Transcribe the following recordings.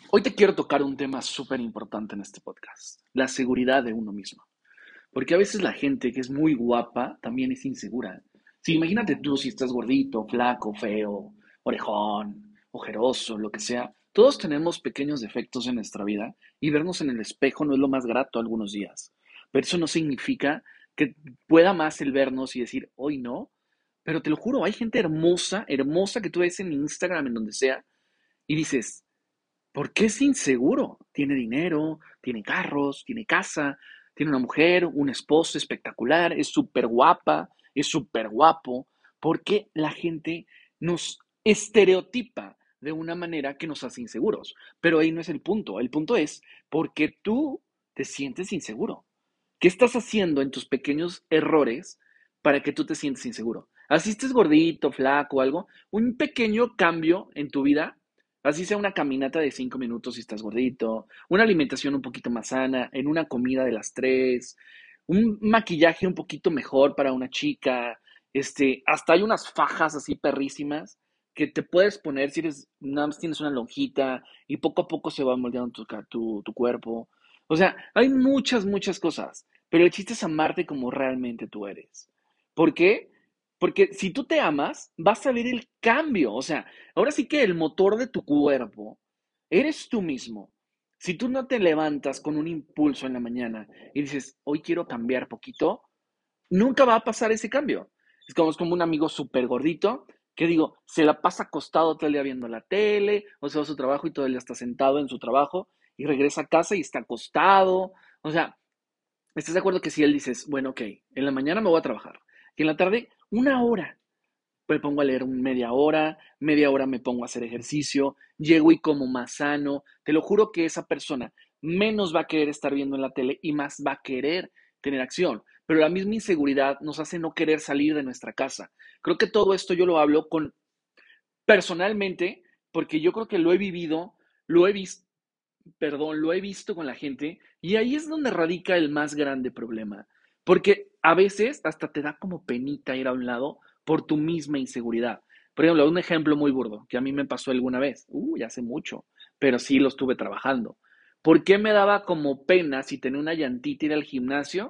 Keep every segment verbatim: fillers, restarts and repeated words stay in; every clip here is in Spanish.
Hoy te quiero tocar un tema súper importante en este podcast, la seguridad de uno mismo. Porque a veces la gente que es muy guapa también es insegura. Sí, imagínate tú si estás gordito, flaco, feo, orejón, ojeroso, lo que sea. Todos tenemos pequeños defectos en nuestra vida y vernos en el espejo no es lo más grato algunos días. Pero eso no significa que pueda más el vernos y decir, hoy no. Pero te lo juro, hay gente hermosa, hermosa que tú ves en Instagram, en donde sea, y dices, ¿por qué es inseguro? Tiene dinero, tiene carros, tiene casa, tiene una mujer, un esposo espectacular, es súper guapa, es súper guapo. ¿Por qué la gente nos estereotipa de una manera que nos hace inseguros? Pero ahí no es el punto. El punto es porque tú te sientes inseguro. ¿Qué estás haciendo en tus pequeños errores para que tú te sientes inseguro? Así estés gordito, flaco o algo, un pequeño cambio en tu vida. Así sea una caminata de cinco minutos si estás gordito, una alimentación un poquito más sana, en una comida de las tres, un maquillaje un poquito mejor para una chica, este, hasta hay unas fajas así perrísimas que te puedes poner si eres, nada más tienes una lonjita y poco a poco se va moldeando tu, tu, tu cuerpo. O sea, hay muchas, muchas cosas, pero el chiste es amarte como realmente tú eres. ¿Por qué? Porque si tú te amas, vas a ver el cambio. O sea, ahora sí que el motor de tu cuerpo eres tú mismo. Si tú no te levantas con un impulso en la mañana y dices, hoy quiero cambiar poquito, nunca va a pasar ese cambio. Es como, es como un amigo súper gordito que digo, se la pasa acostado todo el día viendo la tele, o se va a su trabajo y todo el día está sentado en su trabajo y regresa a casa y está acostado. O sea, ¿estás de acuerdo que si él dices, bueno, ok, en la mañana me voy a trabajar y en la tarde una hora, me pongo a leer media hora, media hora me pongo a hacer ejercicio, llego y como más sano, te lo juro que esa persona menos va a querer estar viendo en la tele y más va a querer tener acción. Pero la misma inseguridad nos hace no querer salir de nuestra casa. Creo que todo esto yo lo hablo con personalmente, porque yo creo que lo he vivido, lo he visto, perdón, lo he visto con la gente y ahí es donde radica el más grande problema. Porque a veces hasta te da como penita ir a un lado por tu misma inseguridad. Por ejemplo, un ejemplo muy burdo que a mí me pasó alguna vez, uy, hace mucho, pero sí lo estuve trabajando. ¿Por qué me daba como pena si tenía una llantita ir al gimnasio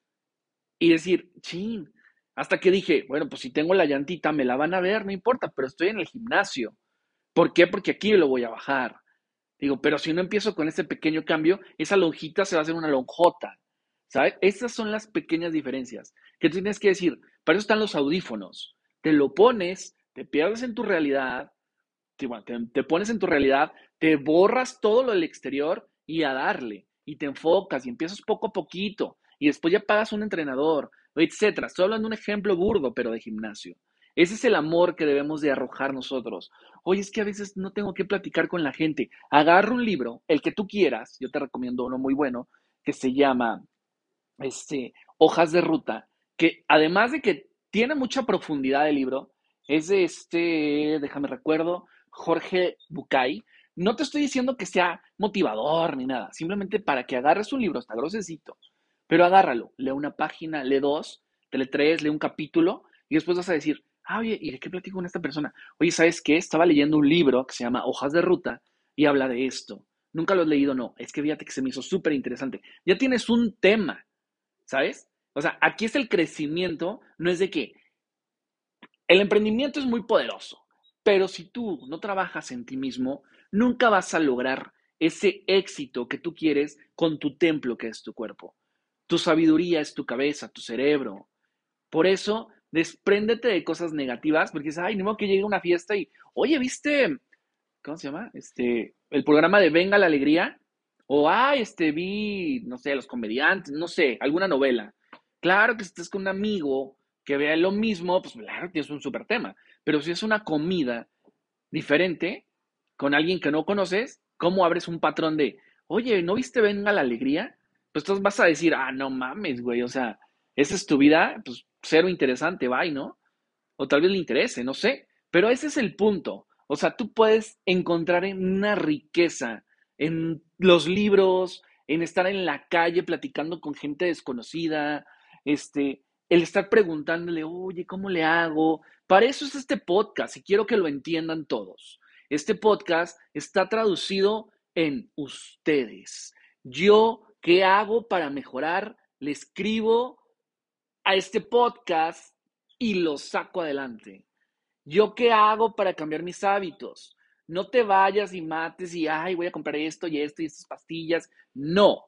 y decir, chin, hasta que dije, bueno, pues si tengo la llantita me la van a ver, no importa, pero estoy en el gimnasio. ¿Por qué? Porque aquí lo voy a bajar. Digo, pero si no empiezo con este pequeño cambio, esa lonjita se va a hacer una lonjota, ¿sabes? Esas son las pequeñas diferencias que tú tienes que decir. Para eso están los audífonos. Te lo pones, te pierdes en tu realidad, te, bueno, te, te pones en tu realidad, te borras todo lo del exterior y a darle. Y te enfocas y empiezas poco a poquito. Y después ya pagas un entrenador, etcétera. Estoy hablando de un ejemplo burdo, pero de gimnasio. Ese es el amor que debemos de arrojar nosotros. Oye, es que a veces no tengo que platicar con la gente. Agarra un libro, el que tú quieras, yo te recomiendo uno muy bueno, que se llama este, Hojas de Ruta, que además de que tiene mucha profundidad el libro, es de este, déjame recuerdo, Jorge Bucay. No te estoy diciendo que sea motivador ni nada, simplemente para que agarres un libro, está grosecito, pero agárralo, lee una página, lee dos, lee tres, lee un capítulo y después vas a decir, ah, oye, ¿y de qué platico con esta persona? Oye, ¿sabes qué? Estaba leyendo un libro que se llama Hojas de Ruta y habla de esto. Nunca lo he leído, no. Es que fíjate que se me hizo súper interesante. Ya tienes un tema, ¿sabes? O sea, aquí es el crecimiento, no es de que el emprendimiento es muy poderoso, pero si tú no trabajas en ti mismo, nunca vas a lograr ese éxito que tú quieres con tu templo que es tu cuerpo. Tu sabiduría es tu cabeza, tu cerebro. Por eso, despréndete de cosas negativas, porque dices, ay, ni modo que llegue a una fiesta y, oye, ¿viste? ¿Cómo se llama? Este, el programa de Venga la Alegría. O, ay, este, vi, no sé, los comediantes, no sé, alguna novela. Claro que si estás con un amigo que vea lo mismo, pues claro que es un súper tema. Pero si es una comida diferente, con alguien que no conoces, ¿cómo abres un patrón de, oye, ¿no viste Venga la Alegría? Pues entonces vas a decir, ah, no mames, güey, o sea, esa es tu vida, pues cero interesante, bye, ¿no? O tal vez le interese, no sé. Pero ese es el punto. O sea, tú puedes encontrar en una riqueza en los libros, en estar en la calle platicando con gente desconocida, este, el estar preguntándole, oye, ¿cómo le hago? Para eso es este podcast y quiero que lo entiendan todos. Este podcast está traducido en ustedes. Yo, ¿qué hago para mejorar? Le escribo a este podcast y lo saco adelante. ¿Yo qué hago para cambiar mis hábitos? No te vayas y mates y, ay, voy a comprar esto y esto y estas pastillas. No.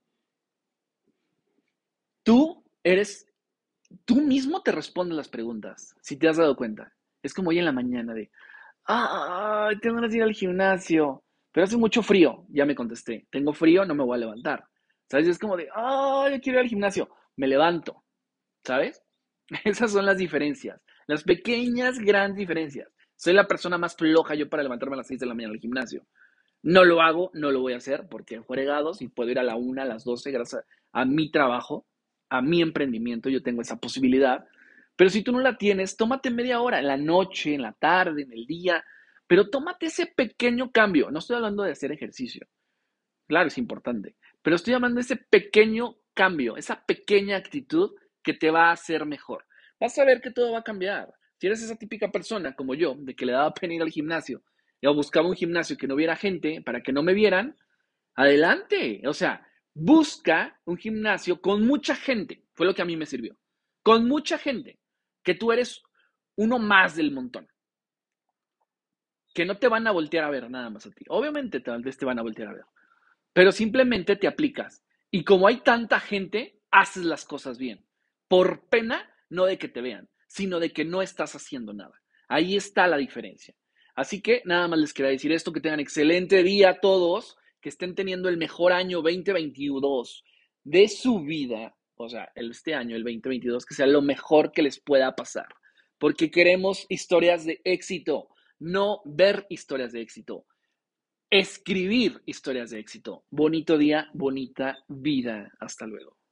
Tú eres, tú mismo te respondes las preguntas, si te has dado cuenta. Es como hoy en la mañana de, ay, tengo ganas de ir al gimnasio, pero hace mucho frío. Ya me contesté, tengo frío, no me voy a levantar. ¿Sabes? Es como de, ay, yo quiero ir al gimnasio. Me levanto, ¿sabes? Esas son las diferencias, las pequeñas, grandes diferencias. Soy la persona más floja yo para levantarme a las seis de la mañana al gimnasio. No lo hago, no lo voy a hacer porque fregados y puedo ir a la una, a las doce gracias a, a mi trabajo, a mi emprendimiento, yo tengo esa posibilidad. Pero si tú no la tienes, tómate media hora, en la noche, en la tarde, en el día, pero tómate ese pequeño cambio. No estoy hablando de hacer ejercicio, claro, es importante, pero estoy hablando de ese pequeño cambio, esa pequeña actitud que te va a hacer mejor. Vas a ver que todo va a cambiar. Si eres esa típica persona como yo, de que le daba pena ir al gimnasio, yo buscaba un gimnasio que no viera gente para que no me vieran, adelante. O sea, busca un gimnasio con mucha gente. Fue lo que a mí me sirvió. Con mucha gente. Que tú eres uno más del montón. Que no te van a voltear a ver nada más a ti. Obviamente tal vez te van a voltear a ver. Pero simplemente te aplicas. Y como hay tanta gente, haces las cosas bien. Por pena, no de que te vean, sino de que no estás haciendo nada. Ahí está la diferencia. Así que nada más les quería decir esto, que tengan excelente día a todos, que estén teniendo el mejor año veinte veintidós de su vida, o sea, este año, el veinte veintidós, que sea lo mejor que les pueda pasar. Porque queremos historias de éxito, no ver historias de éxito. Escribir historias de éxito. Bonito día, bonita vida. Hasta luego.